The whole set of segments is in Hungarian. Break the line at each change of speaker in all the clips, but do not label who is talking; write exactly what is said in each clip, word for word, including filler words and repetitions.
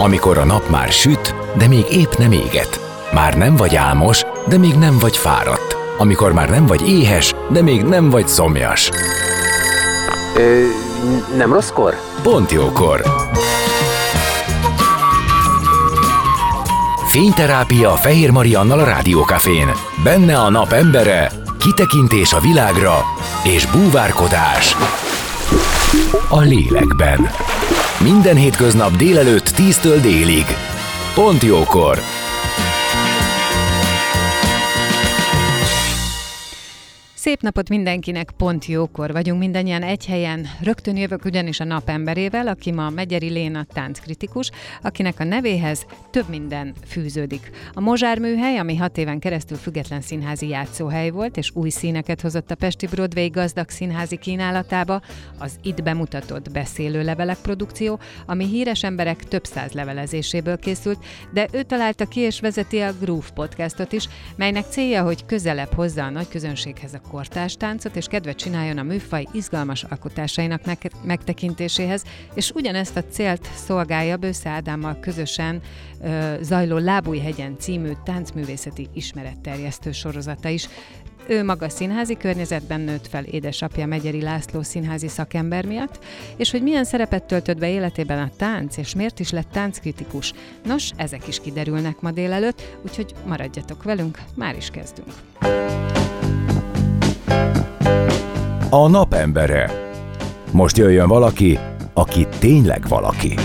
Amikor a nap már süt, de még épp nem éget. Már nem vagy álmos, de még nem vagy fáradt. Amikor már nem vagy éhes, de még nem vagy szomjas.
Ö, nem rosszkor?
Pont jókor. Fényterápia Fehér Mariannal a Rádiókafén. Benne a nap embere, kitekintés a világra és búvárkodás a lélekben. Minden hétköznap délelőtt tíztől délig. Pont jókor.
Szép napot mindenkinek, pont jókor vagyunk mindannyian egy helyen. Rögtön jövök ugyanis a napemberével, aki ma Megyeri Léna tánckritikus, akinek a nevéhez több minden fűződik. A Mozsár műhely, ami hat éven keresztül független színházi játszóhely volt, és új színeket hozott a pesti Broadway gazdag színházi kínálatába, az itt bemutatott beszélő levelek produkció, ami híres emberek több száz levelezéséből készült, de ő találta ki és vezeti a Groove podcastot is, melynek célja, hogy közelebb hozza a nagy közönséghez a kortárs táncot, és kedvet csináljon a műfaj izgalmas alkotásainak megtekintéséhez, és ugyanezt a célt szolgálja Bősze Ádámmal közösen ö, zajló Lábújhegyen című táncművészeti ismeretterjesztő sorozata is. Ő maga színházi környezetben nőtt fel édesapja Megyeri László színházi szakember miatt, és hogy milyen szerepet töltött be életében a tánc, és miért is lett tánckritikus. Nos, ezek is kiderülnek ma délelőtt, úgyhogy maradjatok velünk, már is kezdünk.
A napembere. Most jöjjön valaki, aki tényleg valaki.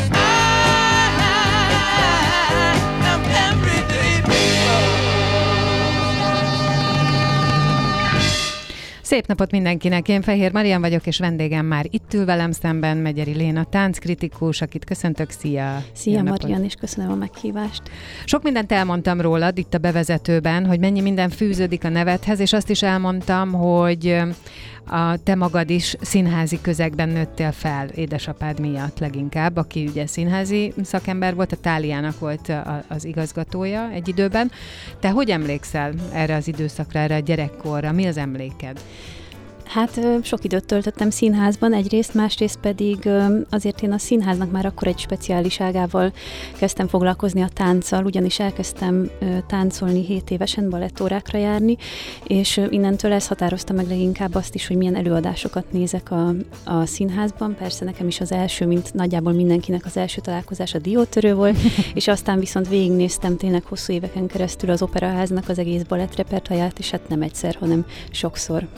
Szép napot mindenkinek! Én Fehér Marian vagyok, és vendégem már itt ül velem szemben Megyeri Léna tánckritikus, akit köszöntök. Szia!
Szia Marian, és köszönöm a meghívást.
Sok mindent elmondtam rólad itt a bevezetőben, hogy mennyi minden fűződik a nevedhez, és azt is elmondtam, hogy a te magad is színházi közegben nőttél fel, édesapád miatt leginkább, aki ugye színházi szakember volt, a Táliának volt az igazgatója egy időben. Te hogy emlékszel erre az időszakra, erre a gyerekkorra? Mi az emléked?
Hát sok időt töltöttem színházban egyrészt, másrészt pedig azért én a színháznak már akkor egy speciáliságával kezdtem foglalkozni a tánccal, ugyanis elkezdtem táncolni hét évesen, balettórákra járni, és innentől ez határozta meg leginkább azt is, hogy milyen előadásokat nézek a, a színházban. Persze nekem is az első, mint nagyjából mindenkinek az első találkozás a Diótörő volt, és aztán viszont végignéztem tényleg hosszú éveken keresztül az Operaháznak az egész balettrepertoárját, és hát nem egyszer, hanem sokszor.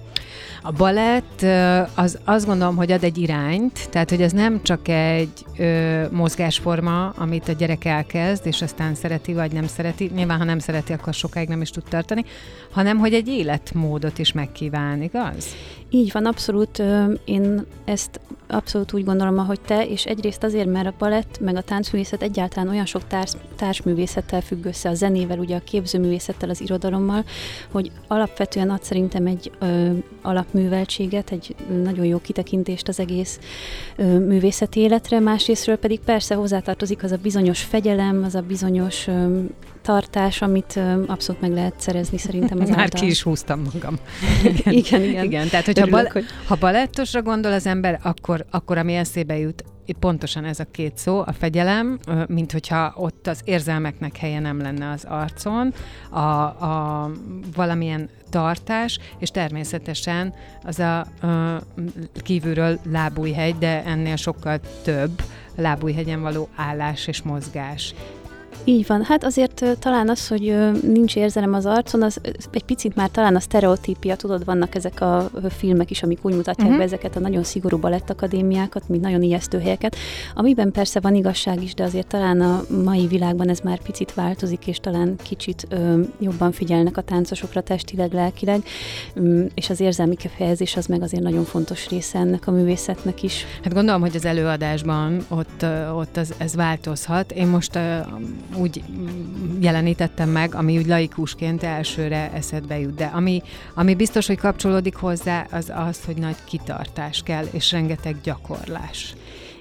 A balett az azt gondolom, hogy ad egy irányt, tehát hogy ez nem csak egy ö, mozgásforma, amit a gyerek elkezd, és aztán szereti vagy nem szereti, nyilván ha nem szereti, akkor sokáig nem is tud tartani, hanem hogy egy életmódot is megkíván, igaz?
Így van, abszolút. Én ezt abszolút úgy gondolom, ahogy te, és egyrészt azért, mert a balett, meg a táncművészet egyáltalán olyan sok társ, társművészettel függ össze, a zenével, ugye a képzőművészettel, az irodalommal, hogy alapvetően ad szerintem egy ö, alapműveltséget, egy nagyon jó kitekintést az egész ö, művészeti életre, másrésztről pedig persze hozzátartozik az a bizonyos fegyelem, az a bizonyos ö, tartás, amit ö, abszolút meg lehet szerezni szerintem az
Már
által.
ki is húztam magam.
Igen, igen. igen.
igen tehát, hogyha
Örülök,
bal-
hogy...
ha balettosra gondol az ember, akkor, akkor ami eszébe jut, pontosan ez a két szó, a fegyelem, mint hogyha ott az érzelmeknek helye nem lenne az arcon, a, a valamilyen tartás, és természetesen az a, a kívülről Lábújhegy, de ennél sokkal több Lábújhegyen való állás és mozgás.
Így van. Hát azért uh, talán az, hogy uh, nincs érzelem az arcon, az uh, egy picit már talán a sztereotípia, tudod, vannak ezek a uh, filmek is, amik úgy mutatják uh-huh. be ezeket a nagyon szigorú balettakadémiákat, mint nagyon ijesztő helyeket, amiben persze van igazság is, de azért talán a mai világban ez már picit változik, és talán kicsit uh, jobban figyelnek a táncosokra testileg, lelkileg, um, és az érzelmi kifejezés az meg azért nagyon fontos része ennek a művészetnek is.
Hát gondolom, hogy az előadásban ott, uh, ott az, ez változhat. Én most uh, úgy jelenítettem meg, ami úgy laikusként elsőre eszedbe jut, de ami, ami biztos, hogy kapcsolódik hozzá, az az, hogy nagy kitartás kell, és rengeteg gyakorlás.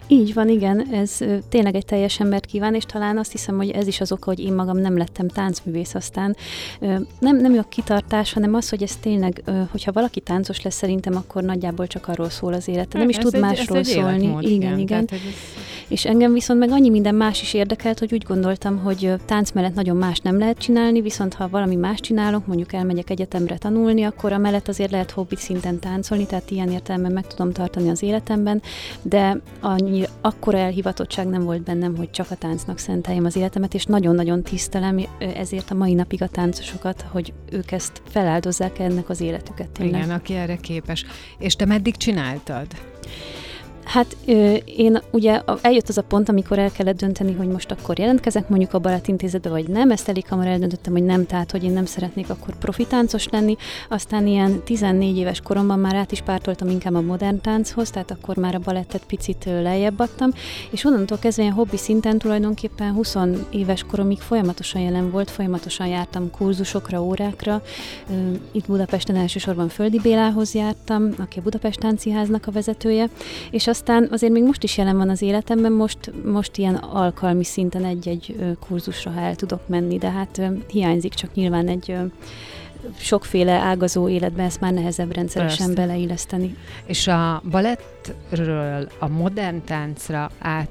Így van, igen, ez ö, tényleg egy teljes embert kíván, és talán azt hiszem, hogy ez is az oka, hogy én magam nem lettem táncművész aztán. Ö, nem, nem a kitartás, hanem az, hogy ez tényleg, ö, hogyha valaki táncos lesz szerintem, akkor nagyjából csak arról szól az élete. Nem is
ez
tud
egy,
másról
ez egy
szólni.
Életmód,
igen,
igen.
igen.
Tehát, ez...
És engem viszont meg annyi minden más is érdekelt, hogy úgy gondoltam, hogy ö, tánc mellett nagyon más nem lehet csinálni, viszont ha valami más csinálok, mondjuk elmegyek egyetemre tanulni, akkor a mellett azért lehet hobbi szinten táncolni, tehát ilyen értelemben meg tudom tartani az életemben, de annyi, akkora elhivatottság nem volt bennem, hogy csak a táncnak szenteljem az életemet, és nagyon-nagyon tisztelem ezért a mai napig a táncosokat, hogy ők ezt feláldozzák ennek az életüket tényleg.
Igen, aki erre képes. És te meddig csináltad?
Hát ö, én ugye eljött az a pont, amikor el kellett dönteni, hogy most akkor jelentkezek mondjuk a Balettintézetbe, vagy nem. Ezt elég hamar eldöntöttem, hogy nem, tehát hogy én nem szeretnék akkor profi táncos lenni. Aztán ilyen tizennégy éves koromban már át is pártoltam inkább a modern tánchoz, tehát akkor már a balettet picit lejjebb adtam, és onnantól kezdve ilyen hobbi szinten tulajdonképpen húsz éves koromig folyamatosan jelen volt, folyamatosan jártam kurzusokra, órákra. Itt Budapesten elsősorban Földi Bélához jártam, aki a Budapest Táncszínháznak a vezetője, és aztán azért még most is jelen van az életemben, most, most ilyen alkalmi szinten egy-egy ö, kurzusra, ha el tudok menni, de hát ö, hiányzik csak nyilván egy ö, sokféle ágazó életben, ezt már nehezebb rendszeresen Persze. beleilleszteni.
És a balettről a modern táncra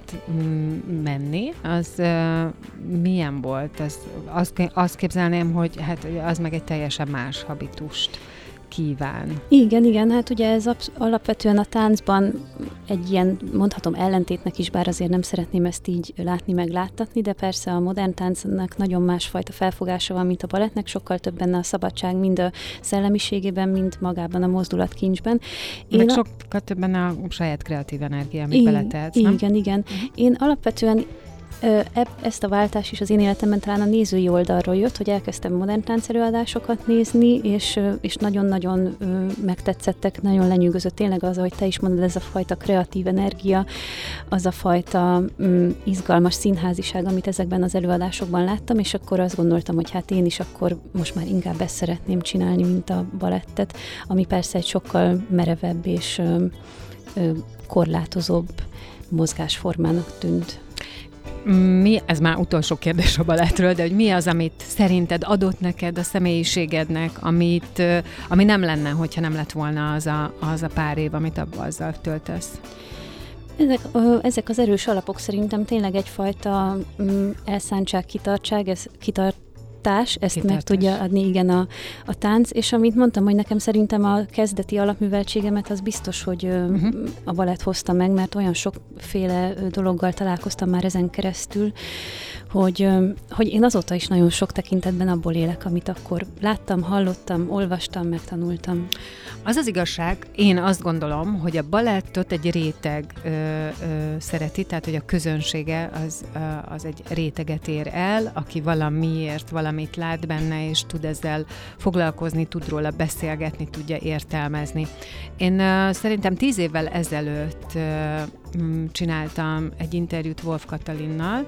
átmenni, az uh, milyen volt? Az, azt, azt képzelném, hogy hát az meg egy teljesen más habitust kíván.
Igen, igen, hát ugye ez absz- alapvetően a táncban egy ilyen, mondhatom, ellentétnek is, bár azért nem szeretném ezt így látni, meg láttatni, de persze a modern táncnak nagyon másfajta felfogása van, mint a balettnek, sokkal több benne a szabadság, mind a szellemiségében, mind magában a mozdulatkincsben. Én
meg
a...
sokkal több benne a saját kreatív energia, amit beletehetsz, nem?
Igen, igen. Én alapvetően ezt a váltás is az én életemben talán a nézői oldalról jött, hogy elkezdtem modern táncerőadásokat nézni, és, és nagyon-nagyon megtetszettek, nagyon lenyűgözött tényleg az, hogy te is mondod, ez a fajta kreatív energia, az a fajta um, izgalmas színháziság, amit ezekben az előadásokban láttam, és akkor azt gondoltam, hogy hát én is akkor most már inkább ezt szeretném csinálni, mint a balettet, ami persze egy sokkal merevebb és ö, ö, korlátozóbb mozgásformának tűnt.
Mi, ez már utolsó kérdés a balettről, de hogy mi az, amit szerinted adott neked a személyiségednek, amit, ami nem lenne, hogyha nem lett volna az a, az a pár év, amit abba azzal töltesz?
Ezek, ezek az erős alapok szerintem tényleg egyfajta um, elszántság, kitartság, ez kitart ezt Kitartás. Meg tudja adni, igen, a, a tánc, és amit mondtam, hogy nekem szerintem a kezdeti alapműveltségemet az biztos, hogy uh-huh. a balett hozta meg, mert olyan sokféle dologgal találkoztam már ezen keresztül, hogy, hogy én azóta is nagyon sok tekintetben abból élek, amit akkor láttam, hallottam, olvastam, megtanultam.
Az az igazság, én azt gondolom, hogy a balettot egy réteg ö, ö, szereti, tehát hogy a közönsége az, ö, az egy réteget ér el, aki valamiért valamit lát benne, és tud ezzel foglalkozni, tud róla beszélgetni, tudja értelmezni. Én ö, szerintem tíz évvel ezelőtt ö, csináltam egy interjút Wolf Katalinnal,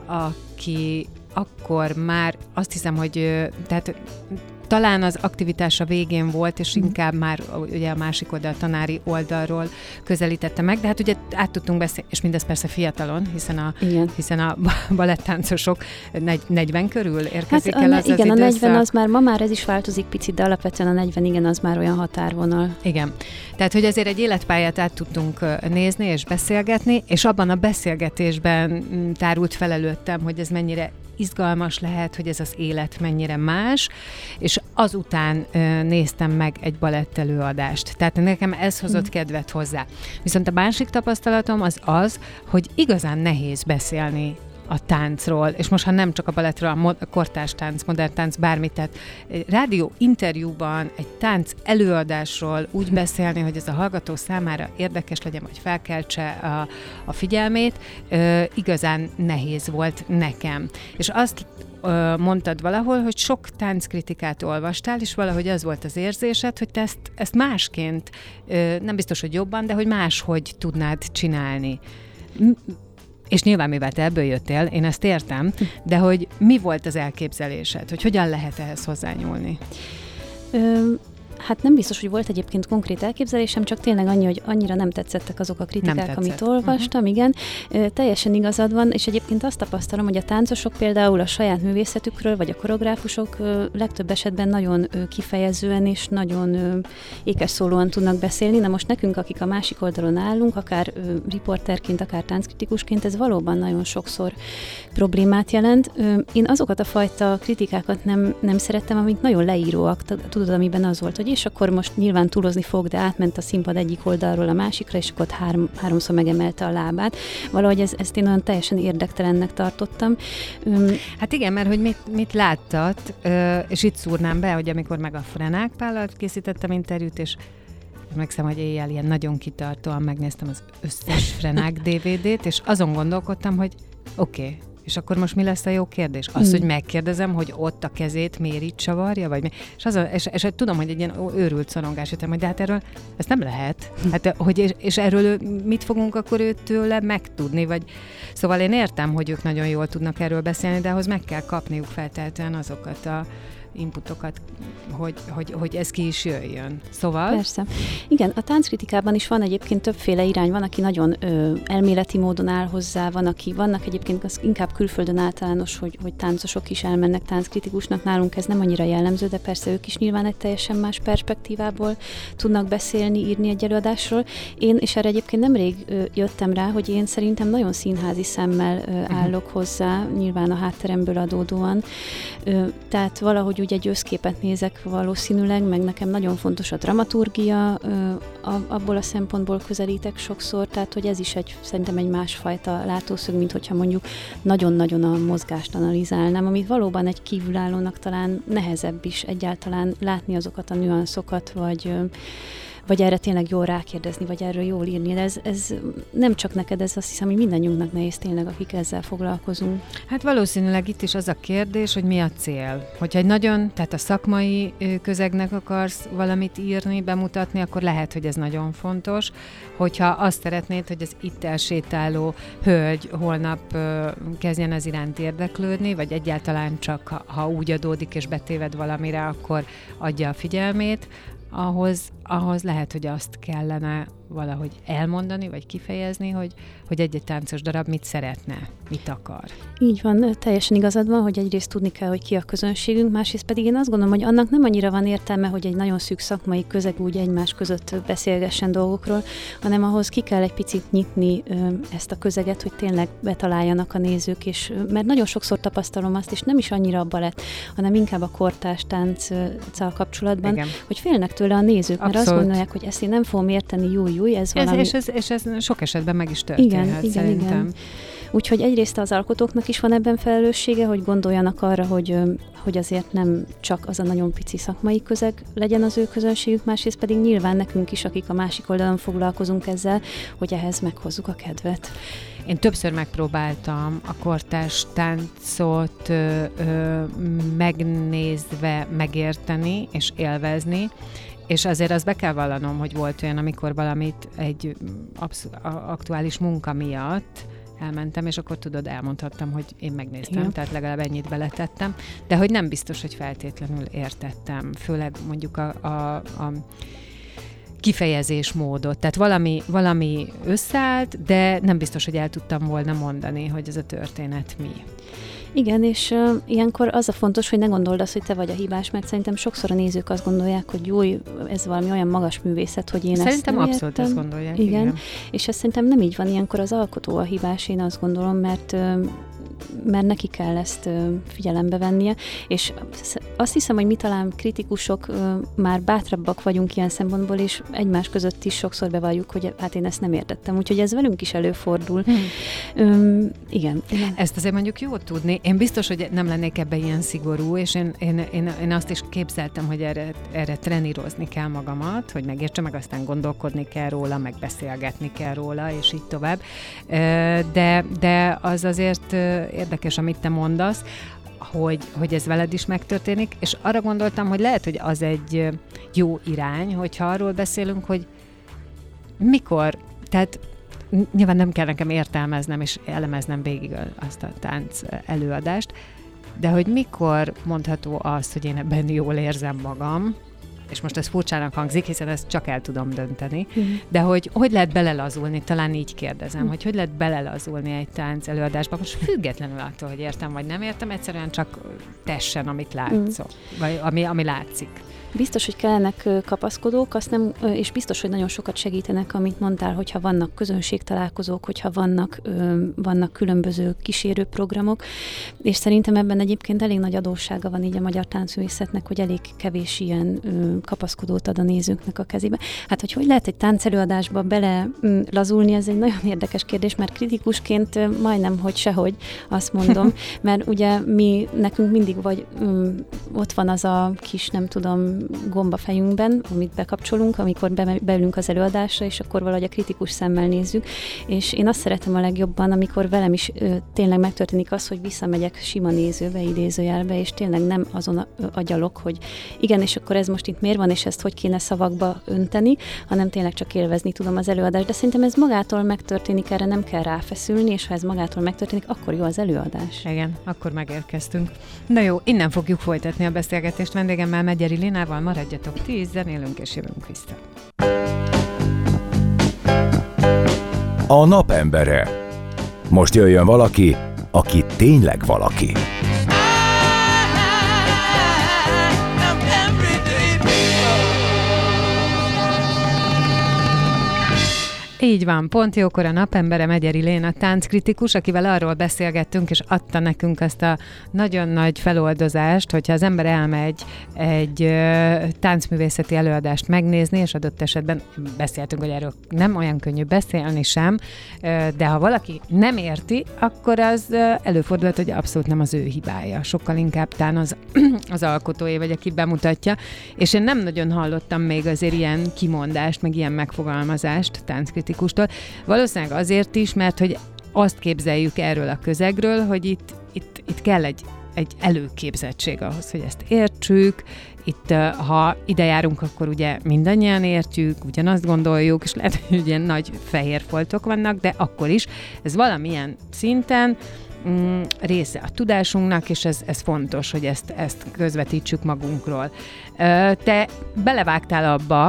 aki akkor már azt hiszem, hogy ö, tehát talán az aktivitása végén volt, és inkább már ugye a másik oldal, a tanári oldalról közelítette meg, de hát ugye át tudtunk beszélni, és mindez persze fiatalon, hiszen a, hiszen a balettáncosok negyven körül érkezik hát el az
igen,
az
a negyven az már, ma már ez is változik picit, de alapvetően a negyven, igen, az már olyan határvonal.
Igen. Tehát, hogy azért egy életpályát át tudtunk nézni és beszélgetni, és abban a beszélgetésben tárult fel előttem, hogy ez mennyire izgalmas lehet, hogy ez az élet mennyire más, és azután ö, néztem meg egy balett előadást. Tehát nekem ez hozott kedvet hozzá. Viszont a másik tapasztalatom az az, hogy igazán nehéz beszélni a táncról, és most ha nem csak a balettről, a, mod- a kortárs tánc, modern tánc, bármit, tehát egy rádió interjúban egy tánc előadásról úgy beszélni, hogy ez a hallgató számára érdekes legyen, vagy felkeltse a, a figyelmét, ö, igazán nehéz volt nekem. És azt ö, mondtad valahol, hogy sok tánckritikát olvastál, és valahogy az volt az érzésed, hogy te ezt, ezt másként, ö, nem biztos, hogy jobban, de hogy máshogy tudnád csinálni. És nyilván, mivel te ebből jöttél, én ezt értem, de hogy mi volt az elképzelésed, hogy hogyan lehet ehhez hozzányúlni?
Ö, Hát nem biztos, hogy volt egyébként konkrét elképzelésem, csak tényleg annyi, hogy annyira nem tetszettek azok a kritikák, amit olvastam, uh-huh. igen. Ö, teljesen igazad van, és egyébként azt tapasztalom, hogy a táncosok például a saját művészetükről, vagy a koreográfusok ö, legtöbb esetben nagyon ö, kifejezően és nagyon ö, ékes szólóan tudnak beszélni. Na most nekünk, akik a másik oldalon állunk, akár ö, riporterként, akár tánckritikusként, ez valóban nagyon sokszor problémát jelent. Ö, én azokat a fajta kritikákat nem, nem szerettem, amik nagyon leíróak, tudod, amiben az volt, hogy és akkor most nyilván túlozni fog, de átment a színpad egyik oldalról a másikra, és akkor három, háromszor megemelte a lábát. Valahogy ez, ezt én olyan teljesen érdektelennek tartottam. Üm,
hát igen, mert hogy mit, mit láttat, és itt szúrnám be, hogy amikor meg a Frenák Pállal készítettem interjút, és emlékszem, hogy éjjel ilyen nagyon kitartóan megnéztem az összes Frenák dé vé dét, és azon gondolkodtam, hogy oké, okay, és akkor most mi lesz a jó kérdés? Az, mm. hogy megkérdezem, hogy ott a kezét miért így csavarja, vagy mi? És, az a, és, és tudom, hogy egy ilyen őrült szorongás jöttem, hogy de hát erről ezt nem lehet. Hát, hogy, és, és erről mit fogunk akkor őtőle megtudni? Vagy... Szóval én értem, hogy ők nagyon jól tudnak erről beszélni, de ahhoz meg kell kapniuk feltétlenül azokat a inputokat, hogy, hogy, hogy ez ki is jöjjön. Szóval...
Persze. Igen, a tánckritikában is van egyébként többféle irány. Van, aki nagyon ö, elméleti módon áll hozzá, van, aki vannak egyébként az inkább külföldön általános, hogy, hogy táncosok is elmennek tánckritikusnak. Nálunk ez nem annyira jellemző, de persze ők is nyilván egy teljesen más perspektívából tudnak beszélni, írni egy előadásról. Én, és erre egyébként nemrég ö, jöttem rá, hogy én szerintem nagyon színházi szemmel ö, állok hozzá, nyilván a hátteremből adódóan. Ö, tehát valahogy úgy egy összképet nézek valószínűleg, meg nekem nagyon fontos a dramaturgia, abból a szempontból közelítek sokszor, tehát hogy ez is egy, szerintem egy másfajta látószög, mint hogyha mondjuk nagyon-nagyon a mozgást analizálnám, amit valóban egy kívülállónak talán nehezebb is egyáltalán látni azokat a nüanszokat, vagy vagy erre tényleg jól rákérdezni, vagy erről jól írni. De ez, ez nem csak neked, ez azt hiszem, hogy mindannyiunknak nehéz tényleg, akik ezzel foglalkozunk.
Hát valószínűleg itt is az a kérdés, hogy mi a cél. Hogyha egy nagyon, tehát a szakmai közegnek akarsz valamit írni, bemutatni, akkor lehet, hogy ez nagyon fontos. Hogyha azt szeretnéd, hogy az itt elsétáló hölgy holnap kezdjen az iránt érdeklődni, vagy egyáltalán csak, ha, ha úgy adódik és betéved valamire, akkor adja a figyelmét, ahhoz, ahhoz lehet, hogy azt kellene valahogy elmondani, vagy kifejezni, hogy, hogy egy-egy táncos darab mit szeretne, mit akar.
Így van, teljesen igazad van, hogy egyrészt tudni kell, hogy ki a közönségünk, másrészt pedig én azt gondolom, hogy annak nem annyira van értelme, hogy egy nagyon szűk szakmai közeg úgy egymás között beszélgessen dolgokról, hanem ahhoz ki kell egy picit nyitni ö, ezt a közeget, hogy tényleg betaláljanak a nézők, és mert nagyon sokszor tapasztalom azt, és nem is annyira a balett, hanem inkább a kortárs tánccal kapcsolatban, igen, hogy félnek tőle a nézők, mert Abszolút. Azt gondolják, hogy ezt én nem fogom érteni, jó, jó, ez valami...
Ez, és, ez, és ez sok esetben meg is történhet,
igen, igen,
szerintem.
Igen. Úgyhogy egyrészt az alkotóknak is van ebben felelőssége, hogy gondoljanak arra, hogy, hogy azért nem csak az a nagyon pici szakmai közeg legyen az ő közönségük, másrészt pedig nyilván nekünk is, akik a másik oldalon foglalkozunk ezzel, hogy ehhez meghozzuk a kedvet.
Én többször megpróbáltam a kortárs táncot ö, ö, megnézve megérteni és élvezni, és azért azt be kell vallanom, hogy volt olyan, amikor valamit egy absz- aktuális munka miatt elmentem, és akkor tudod, elmondhattam, hogy én megnéztem, igen, tehát legalább ennyit beletettem, de hogy nem biztos, hogy feltétlenül értettem, főleg mondjuk a, a, a kifejezésmódot, tehát valami, valami összeállt, de nem biztos, hogy el tudtam volna mondani, hogy ez a történet mi.
Igen, és uh, ilyenkor az a fontos, hogy ne gondold azt, hogy te vagy a hibás, mert szerintem sokszor a nézők azt gondolják, hogy jó, ez valami olyan magas művészet, hogy én
szerintem
ezt nem
abszolút
értem.
ezt gondolják.
Igen,
igen,
és ez szerintem nem így van, ilyenkor az alkotó a hibás, én azt gondolom, mert uh, mert neki kell ezt uh, figyelembe vennie, és azt hiszem, hogy mi talán kritikusok uh, már bátrabbak vagyunk ilyen szempontból, és egymás között is sokszor bevalljuk, hogy hát én ezt nem értettem, úgyhogy ez velünk is előfordul. Hmm. Um, igen.
Ezt azért mondjuk jó tudni. Én biztos, hogy nem lennék ebbe ilyen szigorú, és én, én, én, én azt is képzeltem, hogy erre, erre trenírozni kell magamat, hogy megértsem, meg aztán gondolkodni kell róla, meg beszélgetni kell róla, és így tovább. De, de az azért érdekes, amit te mondasz, hogy, hogy ez veled is megtörténik, és arra gondoltam, hogy lehet, hogy az egy jó irány, hogyha arról beszélünk, hogy mikor, tehát nyilván nem kell nekem értelmeznem és elemeznem végig azt a tánc előadást, de hogy mikor mondható az, hogy én ebben jól érzem magam, és most ez furcsának hangzik, hiszen ezt csak el tudom dönteni,
Mm.
de hogy hogy lehet belelazulni, talán így kérdezem,
Mm.
hogy hogy lehet belelazulni egy tánc előadásba, most függetlenül attól, hogy értem vagy nem értem, egyszerűen csak tessen, amit látszok, mm. vagy ami, ami látszik.
Biztos, hogy kellenek ö, kapaszkodók, azt nem, ö, és biztos, hogy nagyon sokat segítenek, amit mondtál, hogyha vannak közönségtalálkozók, hogyha vannak, ö, vannak különböző kísérőprogramok, és szerintem ebben egyébként elég nagy adóssága van így a magyar táncművészetnek, hogy elég kevés ilyen ö, kapaszkodót ad a nézőknek a kezébe. Hát, hogy hogy lehet egy táncelőadásba bele m, lazulni, ez egy nagyon érdekes kérdés, mert kritikusként ö, majdnem, hogy sehogy, azt mondom, mert ugye mi, nekünk mindig vagy ö, ott van az a kis, nem tudom, gomba fejünkben, amit bekapcsolunk, amikor be, beülünk az előadásra, és akkor valahogy a kritikus szemmel nézzük, és én azt szeretem a legjobban, amikor velem is ö, tényleg megtörténik az, hogy visszamegyek sima nézőbe, idézőjelbe, és tényleg nem azon a, ö, agyalok, hogy igen, és akkor ez most itt miért van, és ezt hogy kéne szavakba önteni, hanem tényleg csak élvezni tudom az előadást, de szerintem ez magától megtörténik, erre nem kell ráfeszülni, és ha ez magától megtörténik, akkor jó az előadás.
Igen, akkor megérkeztünk. Na jó, innen fogjuk folytatni a beszélgetést vendégemmel, Megyeri Lénával. Maradjatok ti is, zenélünk és jövünk vissza.
A napembere. Most jöjjön valaki, aki tényleg valaki.
Így van, pont jókor a napembere, Megyeri Léna tánckritikus, akivel arról beszélgettünk, és adta nekünk azt a nagyon nagy feloldozást, hogyha az ember elmegy egy ö, táncművészeti előadást megnézni, és adott esetben beszéltünk, hogy erről nem olyan könnyű beszélni sem, ö, de ha valaki nem érti, akkor az ö, előfordulhat, hogy abszolút nem az ő hibája. Sokkal inkább tán az, az alkotóé, vagy aki bemutatja, és én nem nagyon hallottam még azért ilyen kimondást, meg ilyen megfogalmazást tánckritikus kustól. Valószínűleg azért is, mert hogy azt képzeljük erről a közegről, hogy itt, itt, itt kell egy, egy előképzettség ahhoz, hogy ezt értsük. Itt, ha ide járunk, akkor ugye mindannyian értjük, ugyanazt gondoljuk, és lehet, hogy ilyen nagy fehér foltok vannak, de akkor is ez valamilyen szinten mm, része a tudásunknak, és ez, ez fontos, hogy ezt, ezt közvetítsük magunkról. Te belevágtál abba,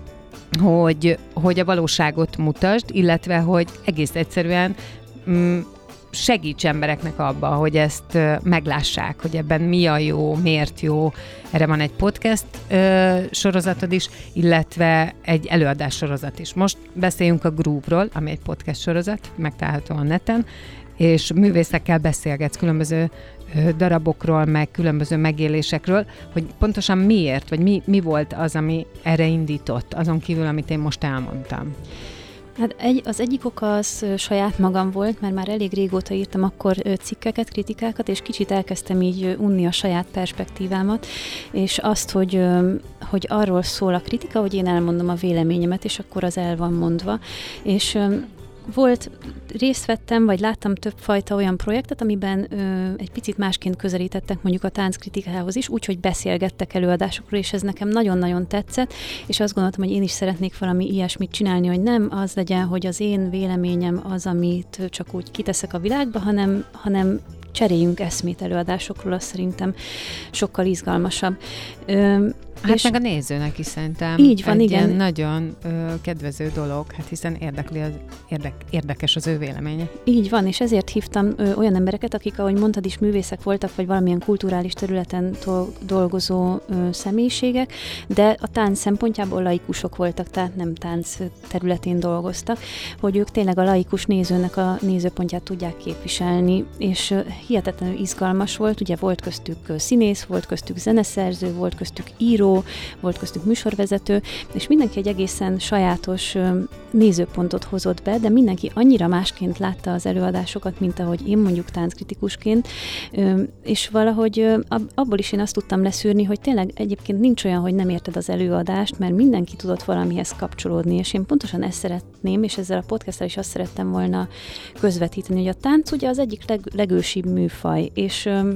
Hogy, hogy a valóságot mutasd, illetve hogy egész egyszerűen mm, segíts embereknek abba, hogy ezt meglássák, hogy ebben mi a jó, miért jó. Erre van egy podcast ö, sorozatod is, illetve egy előadás sorozat is. Most beszéljünk a Groove-ról, ami egy podcast sorozat, megtalálható a neten, és művészekkel beszélgetsz különböző ö, darabokról, meg különböző megélésekről, hogy pontosan miért, vagy mi, mi volt az, ami erre indított, azon kívül, amit én most elmondtam.
Hát egy, az egyik oka az ö, saját magam volt, mert már elég régóta írtam akkor ö, cikkeket, kritikákat, és kicsit elkezdtem így ö, unni a saját perspektívámat, és azt, hogy, ö, hogy arról szól a kritika, hogy én elmondom a véleményemet, és akkor az el van mondva. És ö, volt, részt vettem, vagy láttam többfajta olyan projektet, amiben ö, egy picit másként közelítettek mondjuk a tánckritikához is, úgyhogy beszélgettek előadásokról, és ez nekem nagyon-nagyon tetszett, és azt gondoltam, hogy én is szeretnék valami ilyesmit csinálni, hogy nem az legyen, hogy az én véleményem az, amit csak úgy kiteszek a világba, hanem, hanem cseréljünk eszmét előadásokról, az szerintem sokkal izgalmasabb. Ö,
Hát
és
meg a nézőnek is szerintem
így van,
egy
igen.
ilyen nagyon ö, kedvező dolog, hát hiszen érdekli az, érdek, érdekes az ő véleménye.
Így van, és ezért hívtam ö, olyan embereket, akik, ahogy mondtad is, művészek voltak, vagy valamilyen kulturális területen to- dolgozó ö, személyiségek, de a tánc szempontjából laikusok voltak, tehát nem tánc területén dolgoztak, hogy ők tényleg a laikus nézőnek a nézőpontját tudják képviselni, és ö, hihetetlenül izgalmas volt, ugye volt köztük ö, színész, volt köztük zeneszerző, volt köztük író, volt köztük műsorvezető, és mindenki egy egészen sajátos ö, nézőpontot hozott be, de mindenki annyira másként látta az előadásokat, mint ahogy én mondjuk tánckritikusként, ö, és valahogy ö, abból is én azt tudtam leszűrni, hogy tényleg egyébként nincs olyan, hogy nem érted az előadást, mert mindenki tudott valamihez kapcsolódni, és én pontosan ezt szeretném, és ezzel a podcasttal is azt szerettem volna közvetíteni, hogy a tánc ugye az egyik leg, legősibb műfaj, és ö,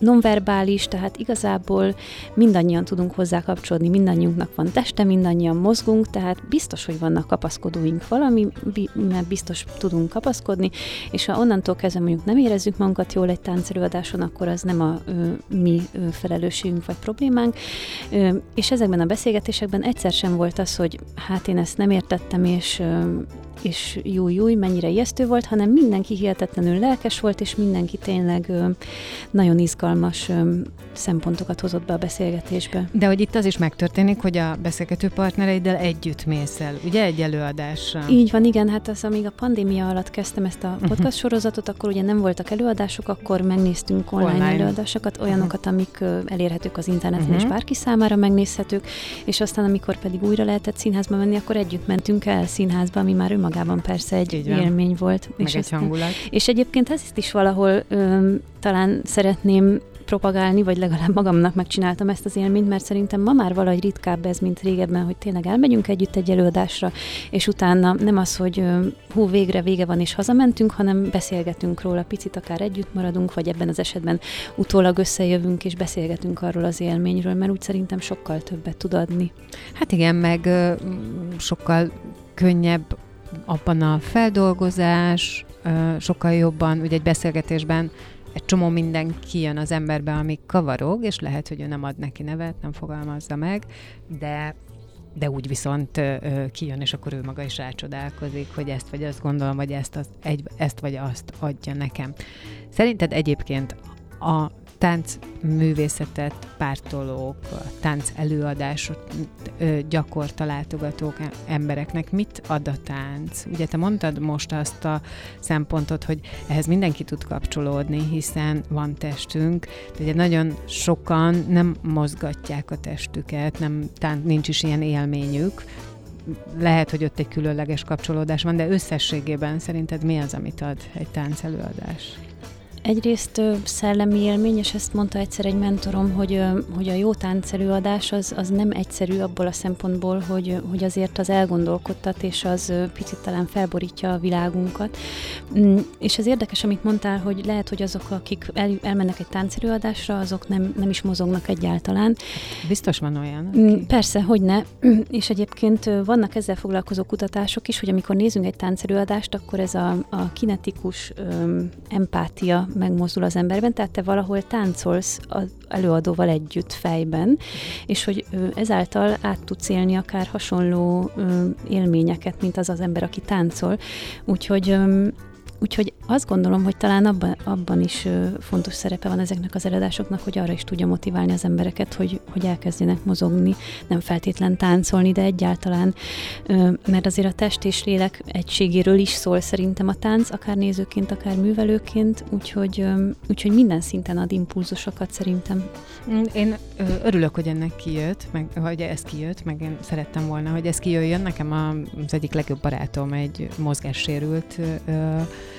nonverbális, tehát igazából mindannyian tudunk hozzá kapcsolódni, mindannyiunknak van teste, mindannyian mozgunk, tehát biztos, hogy vannak kapaszkodóink valami, mert biztos tudunk kapaszkodni, és ha onnantól kezdve mondjuk nem érezzük magunkat jól egy táncelőadáson, akkor az nem a ö, mi ö, felelősségünk vagy problémánk, ö, és ezekben a beszélgetésekben egyszer sem volt az, hogy hát én ezt nem értettem, és ö, és júj-júj, mennyire ijesztő volt, hanem mindenki hihetetlenül lelkes volt, és mindenki tényleg ö, nagyon izgalmas ö, szempontokat hozott be a beszélgetésbe.
De hogy itt az is megtörténik, hogy a beszélgető partnereiddel együtt mész el, ugye egy előadásra?
Így van, igen, hát az, amíg a pandémia alatt kezdtem ezt a podcast sorozatot, akkor ugye nem voltak előadások, akkor megnéztünk online, online. előadásokat, olyanokat, uh-huh. amik ö, elérhetők az interneten, uh-huh. és bárki számára megnézhetők, és aztán, amikor pedig újra lehetett színházba menni, akkor együtt mentünk el színházba, ami már önmagában persze egy élmény volt.
Meg
és
egy aztán, hangulat.
És egyébként ezt is valahol ö, talán szeretném propagálni, vagy legalább magamnak megcsináltam ezt az élményt, mert szerintem ma már valahogy ritkább ez, mint régebben, hogy tényleg elmegyünk együtt egy előadásra, és utána nem az, hogy hú, végre vége van, és hazamentünk, hanem beszélgetünk róla, picit akár együtt maradunk, vagy ebben az esetben utólag összejövünk, és beszélgetünk arról az élményről, mert úgy szerintem sokkal többet tud adni.
Hát igen, meg ö, sokkal könnyebb abban a feldolgozás, ö, sokkal jobban, ugye egy beszélgetésben egy csomó minden kijön az emberbe, ami kavarog, és lehet, hogy ő nem ad neki nevet, nem fogalmazza meg, de, de úgy viszont ö, kijön, és akkor ő maga is rácsodálkozik, hogy ezt vagy azt gondolom, vagy ezt, az, egy, ezt vagy azt adja nekem. Szerinted egyébként a táncművészetet pártolók, tánc előadásot gyakorta látogatók embereknek mit ad a tánc? Ugye te mondtad most azt a szempontot, hogy ehhez mindenki tud kapcsolódni, hiszen van testünk, de ugye nagyon sokan nem mozgatják a testüket, nem, tánc, nincs is ilyen élményük. Lehet, hogy ott egy különleges kapcsolódás van, de összességében szerinted mi az, amit ad egy tánc előadás?
Egyrészt ö, szellemi élmény, és ezt mondta egyszer egy mentorom, hogy, ö, hogy a jó táncelőadás az, az nem egyszerű abból a szempontból, hogy, hogy azért az elgondolkodtat, és az ö, picit talán felborítja a világunkat. Mm, és az érdekes, amit mondtál, hogy lehet, hogy azok, akik el, elmennek egy táncelőadásra, azok nem, nem is mozognak egyáltalán.
Biztos van olyan?
Mm, persze, hogyne. És egyébként ö, vannak ezzel foglalkozó kutatások is, hogy amikor nézünk egy táncelőadást, akkor ez a, a kinetikus ö, empátia megmozdul az emberben, tehát te valahol táncolsz az előadóval együtt fejben, és hogy ezáltal át tudsz élni akár hasonló élményeket, mint az az ember, aki táncol. Úgyhogy Úgyhogy azt gondolom, hogy talán abban, abban is ö, fontos szerepe van ezeknek az előadásoknak, hogy arra is tudja motiválni az embereket, hogy, hogy elkezdjenek mozogni, nem feltétlen táncolni, de egyáltalán, ö, mert azért a test és lélek egységéről is szól szerintem a tánc, akár nézőként, akár művelőként, úgyhogy, ö, úgyhogy minden szinten ad impulzusokat szerintem.
Én ö, örülök, hogy ennek kijött, meg, hogy ez kijött, meg én szerettem volna, hogy ez kijöjjön. Nekem az egyik legjobb barátom egy mozgássérült ö,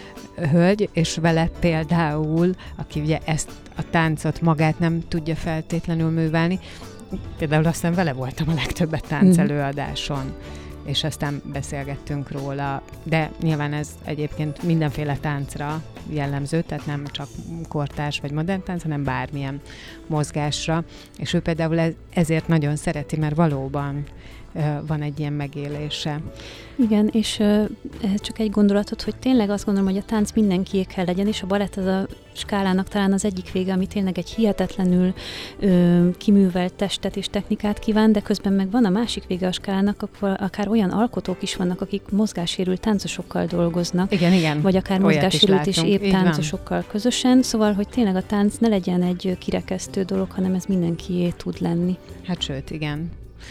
hölgy, és vele például, aki ugye ezt a táncot magát nem tudja feltétlenül művelni, például aztán vele voltam a legtöbbet táncelőadáson, és aztán beszélgettünk róla, de nyilván ez egyébként mindenféle táncra jellemző, tehát nem csak kortárs vagy modern tánc, hanem bármilyen mozgásra, és ő például ezért nagyon szereti, mert valóban van egy ilyen megélése.
Igen, és uh, ez csak egy gondolatot, hogy tényleg azt gondolom, hogy a tánc mindenkié kell legyen, és a balett az a skálának talán az egyik vége, ami tényleg egy hihetetlenül uh, kiművelt testet és technikát kíván, de közben meg van a másik vége a skálának, akkor akár olyan alkotók is vannak, akik mozgássérült táncosokkal dolgoznak.
Igen, igen.
Vagy akár mozgássérült és épp táncosokkal közösen, szóval, hogy tényleg a tánc ne legyen egy kirekesztő dolog, hanem ez mindenkié tud lenni.
Hát sőt, igen.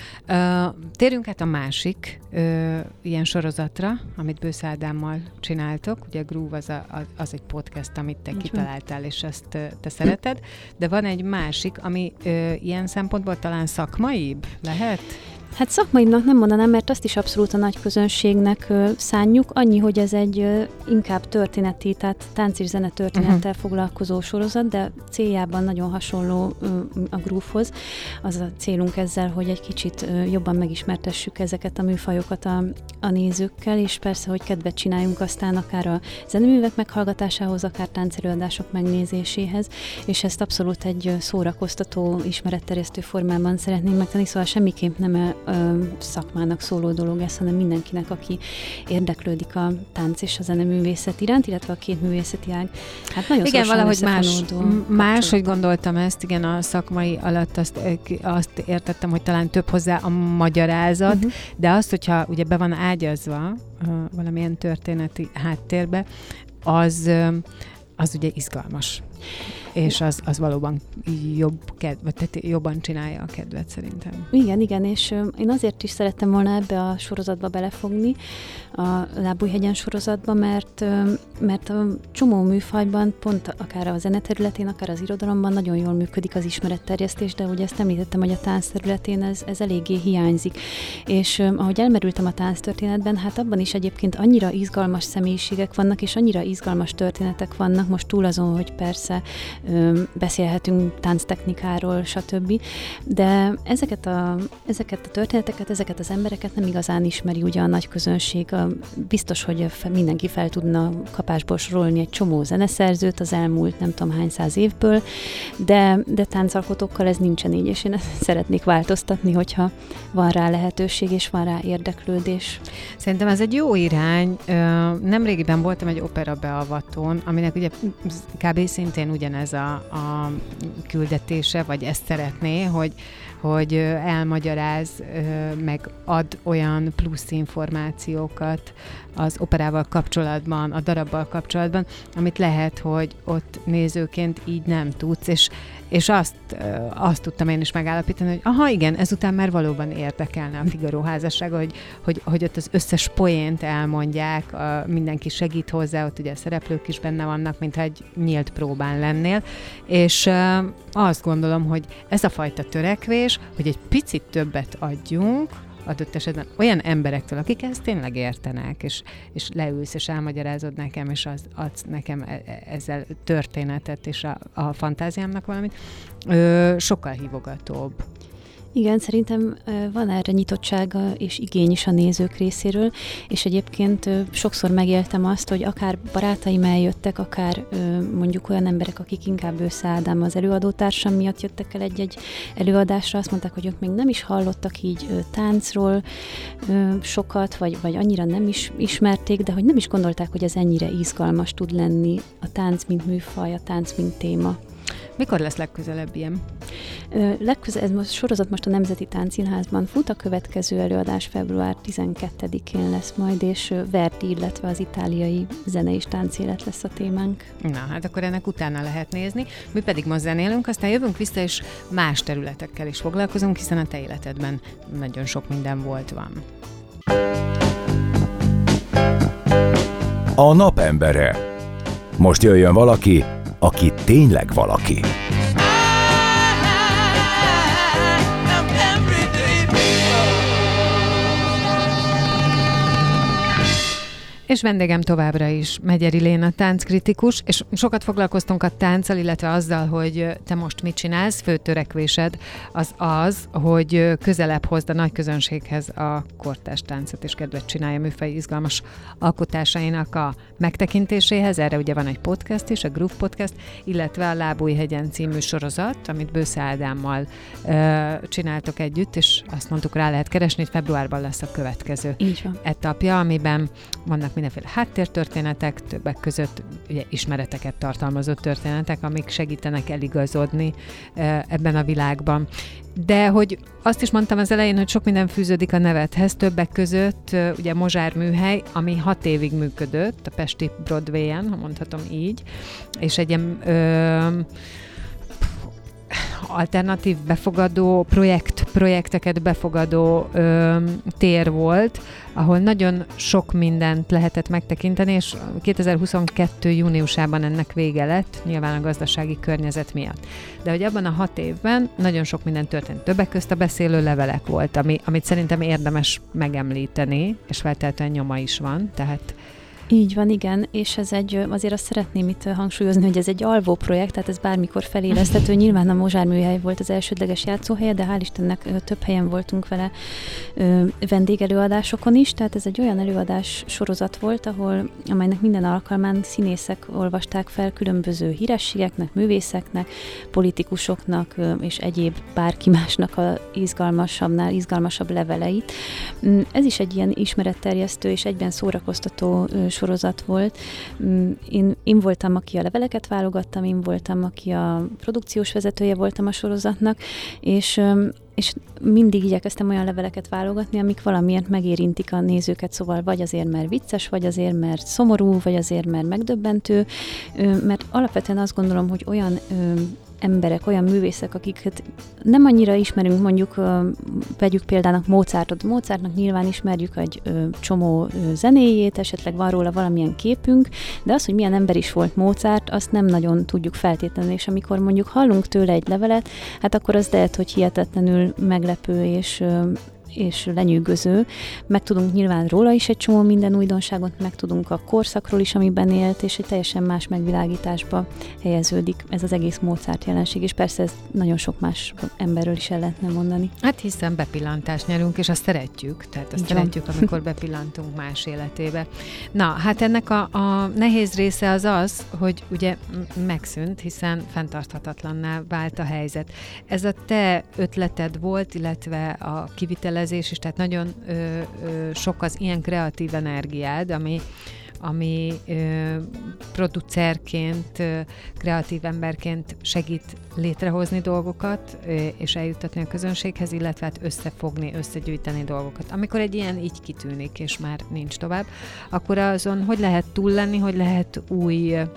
Uh, térjünk át a másik uh, ilyen sorozatra, amit Bősz Ádámmal csináltok. Ugye Groove az, a, az egy podcast, amit te kitaláltál, és ezt uh, te szereted, de van egy másik, ami uh, ilyen szempontból talán szakmaibb lehet?
Hát szakmainak nem mondanám, mert azt is abszolút a nagy közönségnek ö, szánjuk, annyi, hogy ez egy ö, inkább történeti, tehát tánc és zene történettel uh-huh. foglalkozó sorozat, de céljában nagyon hasonló ö, a Groove-hoz. Az a célunk ezzel, hogy egy kicsit ö, jobban megismertessük ezeket a műfajokat a, a nézőkkel, és persze, hogy kedvet csináljunk aztán akár a zeneművek meghallgatásához, akár táncelőadások megnézéséhez, és ezt abszolút egy szórakoztató, ismeretterjesztő formában szeretnénk megtenni, szóval semmiképp nem a ö, szakmának szóló dolog ez, hanem mindenkinek, aki érdeklődik a tánc és a zeneművészet iránt, illetve a két művészeti ág. Hát nagyon
igen, valahogy más, más, hogy
kapcsolat.
gondoltam ezt, igen, a szakmai alatt azt, azt értettem, hogy talán több hozzá a magyarázat, uh-huh. de azt, hogyha ugye be van ágyazva uh, valamilyen történeti háttérbe, az, az ugye izgalmas. És az, az valóban jobb kedvet, tehát jobban csinálja a kedvet szerintem.
Igen, igen, és én azért is szerettem volna ebbe a sorozatba belefogni, a Lábújhegyen sorozatba, mert, mert a csomó műfajban, pont akár a zeneterületén, akár az irodalomban nagyon jól működik az ismeretterjesztés, de ugye ezt említettem, hogy a tánc területén ez, ez eléggé hiányzik. És ahogy elmerültem a tánctörténetben, hát abban is egyébként annyira izgalmas személyiségek vannak, és annyira izgalmas történetek vannak, most túl azon, hogy persze beszélhetünk tánctechnikáról, stb. De ezeket a, ezeket a történeteket, ezeket az embereket nem igazán ismeri ugye a nagy közönség. A, biztos, hogy mindenki fel tudna kapásból sorolni egy csomó zeneszerzőt az elmúlt nem tudom hány száz évből, de, de táncalkotókkal ez nincsen így, és én ezt szeretnék változtatni, hogyha van rá lehetőség, és van rá érdeklődés.
Szerintem ez egy jó irány. Nemrégiben voltam egy opera beavatón, aminek ugye kb. Szintén ugyanez a, a küldetése, vagy ezt szeretné, hogy, hogy elmagyaráz, meg ad olyan plusz információkat az operával kapcsolatban, a darabbal kapcsolatban, amit lehet, hogy ott nézőként így nem tudsz, és, és azt, azt tudtam én is megállapítani, hogy aha, igen, ezután már valóban érdekelne a Figaro házassága, hogy, hogy, hogy ott az összes poént elmondják, a, mindenki segít hozzá, ott ugye a szereplők is benne vannak, mintha egy nyílt próbán lennél, és uh, azt gondolom, hogy ez a fajta törekvés, hogy egy picit többet adjunk, adott esetben olyan emberektől, akik ezt tényleg értenek, és, és leülsz, és elmagyarázod nekem, és az, adsz nekem ezzel történetet, és a, a fantáziámnak valamit, ö, sokkal hívogatóbb.
Igen, szerintem van erre nyitottsága és igény is a nézők részéről, és egyébként sokszor megéltem azt, hogy akár barátaim eljöttek, akár mondjuk olyan emberek, akik inkább Ősze Ádám az előadótársam miatt jöttek el egy-egy előadásra, azt mondták, hogy ők még nem is hallottak így táncról sokat, vagy, vagy annyira nem is ismerték, de hogy nem is gondolták, hogy ez ennyire izgalmas tud lenni a tánc, mint műfaj, a tánc, mint téma.
Mikor lesz legközelebb ilyen?
Legközelebb, ez most sorozat most a Nemzeti Táncszínházban fut, a következő előadás február tizenkettedikén lesz majd, és Verdi, illetve az itáliai zene és táncélet lesz a témánk.
Na, hát akkor ennek utána lehet nézni. Mi pedig most zenélünk, aztán jövünk vissza, és más területekkel is foglalkozunk, hiszen a te életedben nagyon sok minden volt van.
A napembere. Most jöjjön valaki, aki tényleg valaki.
És vendégem továbbra is Megyeri Léna tánckritikus, és sokat foglalkoztunk a tánccal, illetve azzal, hogy te most mit csinálsz, fő törekvésed az az, hogy közelebb hozd a nagy közönséghez a kortárs táncot, és kedvet csinálja műfaj izgalmas alkotásainak a megtekintéséhez. Erre ugye van egy podcast is, a Groove Podcast, illetve a Lábújhegyen című sorozat, amit Bősze Ádámmal ö, csináltok együtt, és azt mondtuk, rá lehet keresni, hogy februárban lesz a következő
Így van.
etapja, amiben vannak mindenféle háttértörténetek, többek között ugye, ismereteket tartalmazó történetek, amik segítenek eligazodni e, ebben a világban. De hogy azt is mondtam az elején, hogy sok minden fűződik a nevedhez, többek között ugye Mozsár műhely, ami hat évig működött, a pesti Broadwayen, ha mondhatom így, és egy ilyen ö, alternatív befogadó projekt projekteket befogadó ö, tér volt, ahol nagyon sok mindent lehetett megtekinteni, és kétezer-huszonkettő júniusában ennek vége lett, nyilván a gazdasági környezet miatt. De hogy abban a hat évben nagyon sok minden történt. Többek közt a beszélő levelek volt, ami, amit szerintem érdemes megemlíteni, és feltétlenül nyoma is van, tehát
így van, igen, és ez egy, azért azt szeretném itt hangsúlyozni, hogy ez egy alvó projekt, tehát ez bármikor feléleszthető. Nyilván a Mozsár műhely volt az elsődleges játszóhelye, de hál' Istennek több helyen voltunk vele vendégelőadásokon is, tehát ez egy olyan előadás sorozat volt, ahol, amelynek minden alkalmán színészek olvasták fel különböző hírességeknek, művészeknek, politikusoknak és egyéb bárki másnak a izgalmasabbnál izgalmasabb leveleit. Ez is egy ilyen ismeretterjesztő és egyben szórakoztató sorozat volt. Én, én voltam, aki a leveleket válogattam, én voltam, aki a produkciós vezetője voltam a sorozatnak, és, és mindig igyekeztem olyan leveleket válogatni, amik valamiért megérintik a nézőket, szóval vagy azért, mert vicces, vagy azért, mert szomorú, vagy azért, mert megdöbbentő, mert alapvetően azt gondolom, hogy olyan emberek, olyan művészek, akiket nem annyira ismerünk, mondjuk vegyük példának Mozartot. Mozartnak nyilván ismerjük egy ö, csomó ö, zenéjét, esetleg van róla valamilyen képünk, de az, hogy milyen ember is volt Mozart, azt nem nagyon tudjuk feltétlenül, és amikor mondjuk hallunk tőle egy levelet, hát akkor az lehet, hogy hihetetlenül meglepő és ö, és lenyűgöző. Megtudunk nyilván róla is egy csomó minden újdonságot, megtudunk a korszakról is, amiben élt, és egy teljesen más megvilágításba helyeződik ez az egész Mozart jelenség, és persze ez nagyon sok más emberről is el lehetne mondani.
Hát hiszen bepillantást nyerünk, és azt szeretjük, tehát azt szeretjük, amikor bepillantunk más életébe. Na, hát ennek a, a nehéz része az az, hogy ugye megszűnt, hiszen fenntarthatatlanná vált a helyzet. Ez a te ötleted volt, illetve a kivitelezés is, tehát nagyon ö, ö, sok az ilyen kreatív energiád, ami, ami ö, producerként, ö, kreatív emberként segít létrehozni dolgokat, ö, és eljuttatni a közönséghez, illetve hát összefogni, összegyűjteni dolgokat. Amikor egy ilyen így kitűnik, és már nincs tovább, akkor azon hogy lehet túl lenni, hogy lehet új ö,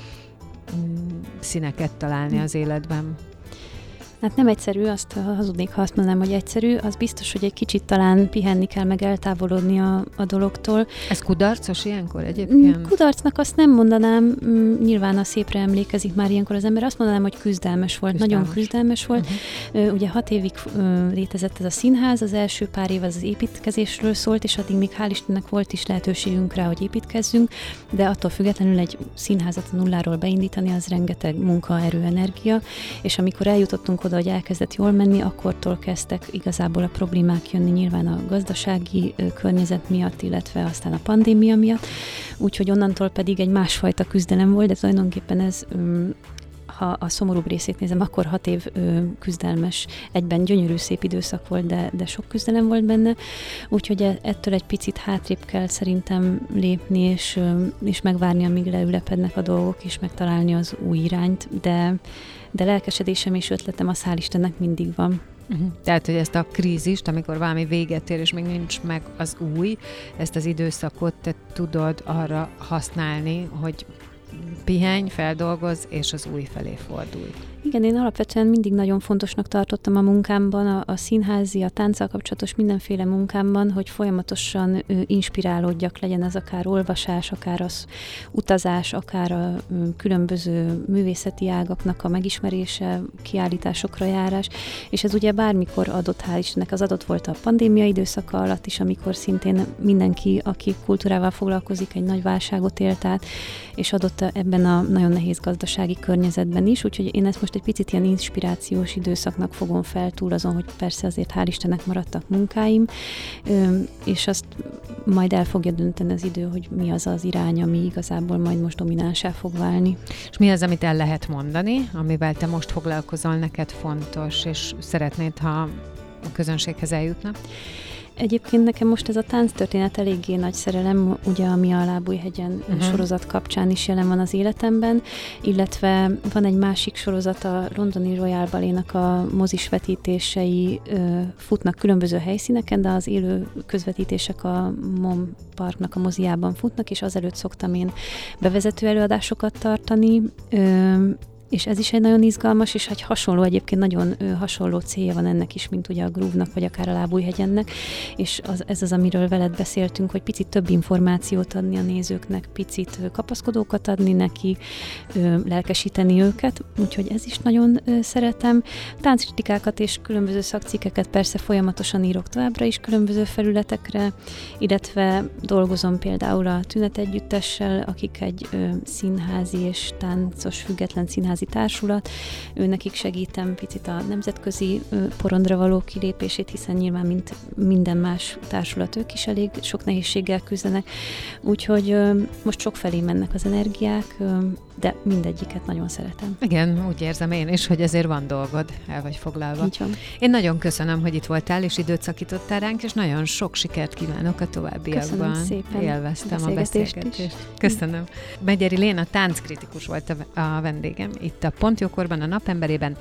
színeket találni az életben?
Hát nem egyszerű, azt hazudnék, ha azt mondanám, hogy egyszerű, az biztos, hogy egy kicsit talán pihenni kell, meg eltávolodni a, a dologtól.
Ez kudarcos ilyenkor egyébként?
Kudarcnak azt nem mondanám, nyilván a szépre emlékezik már ilyenkor az ember, azt mondanám, hogy küzdelmes volt, küzdelmes. nagyon küzdelmes volt. Uh-huh. Ugye hat évig létezett ez a színház, az első pár év az, az építkezésről szólt, és addig még hál' Istennek volt is lehetőségünk rá, hogy építkezzünk, de attól függetlenül egy színházat a nulláról beindítani, az rengeteg munka, erő, energia, és amikor eljutottunk oda, hogy elkezdett jól menni, akkortól kezdtek igazából a problémák jönni, nyilván a gazdasági ö, környezet miatt, illetve aztán a pandémia miatt, úgyhogy onnantól pedig egy másfajta küzdelem volt, de tulajdonképpen ez, ö, ha a szomorúbb részét nézem, akkor hat év ö, küzdelmes, egyben gyönyörű szép időszak volt, de, de sok küzdelem volt benne, úgyhogy ettől egy picit hátrébb kell szerintem lépni, és, ö, és megvárni, amíg leülepednek a dolgok, és megtalálni az új irányt, de de lelkesedésem és ötletem az hál' Istennek mindig van.
Uh-huh. Tehát, hogy ezt a krízist, amikor valami véget ér, és még nincs meg az új, ezt az időszakot te tudod arra használni, hogy pihenj, feldolgozz, és az új felé fordulj.
Igen, én alapvetően mindig nagyon fontosnak tartottam a munkámban, a, a színházi, a tánccal kapcsolatos mindenféle munkámban, hogy folyamatosan ö, inspirálódjak, legyen ez akár olvasás, akár az utazás, akár a ö, különböző művészeti ágaknak a megismerése, kiállításokra járás, és ez ugye bármikor adott, hál' Istennek, az adott volt a pandémia időszaka alatt is, amikor szintén mindenki, aki kultúrával foglalkozik, egy nagy válságot élt át, és adott ebben a nagyon nehéz gazdasági környezetben is, úgyhogy én ezt most egy picit ilyen inspirációs időszaknak fogom fel, túl azon, hogy persze azért hál' Istennek maradtak munkáim, és azt majd el fogja dönteni az idő, hogy mi az az irány, ami igazából majd most dominánsá fog válni.
És mi az, amit el lehet mondani, amivel te most foglalkozol, neked fontos, és szeretnéd, ha a közönséghez eljutna?
Egyébként nekem most ez a tánctörténet eléggé nagy szerelem, ugye ami a Lábújhegyen uh-huh. sorozat kapcsán is jelen van az életemben, illetve van egy másik sorozat, a londoni Royal Ballet-nak a mozis vetítései ö, futnak különböző helyszíneken, de az élő közvetítések a Mom Parknak a moziában futnak, és azelőtt szoktam én bevezető előadásokat tartani, ö, és ez is egy nagyon izgalmas, és egy hasonló, egyébként nagyon ö, hasonló célja van ennek is, mint ugye a Groove-nak, vagy akár a Lábújhegyennek, és az, ez az, amiről veled beszéltünk, hogy picit több információt adni a nézőknek, picit ö, kapaszkodókat adni neki, ö, lelkesíteni őket, úgyhogy ez is nagyon ö, szeretem. Tánckritikákat és különböző szakcikkeket persze folyamatosan írok továbbra is különböző felületekre, illetve dolgozom például a Tünet Együttessel, akik egy ö, színházi és táncos független színházi társulat. Ő nekik segítem picit a nemzetközi ö, porondra való kilépését, hiszen nyilván mint minden más társulat ők is elég sok nehézséggel küzdenek. Úgyhogy ö, most sok felé mennek az energiák, ö, de mindegyiket nagyon szeretem.
Igen, úgy érzem én is, hogy ezért van dolgod, el vagy foglalva.
Így van.
Én nagyon köszönöm, hogy itt voltál, és időt szakítottál ránk, és nagyon sok sikert kívánok a továbbiakban.
Köszönöm szépen.
Élveztem a
Beszélgetést
beszélgetést.
is.
Köszönöm. Megyeri Léna tánckritikus volt a, a vendégem itt a Pont Jókorban, a Napemberében.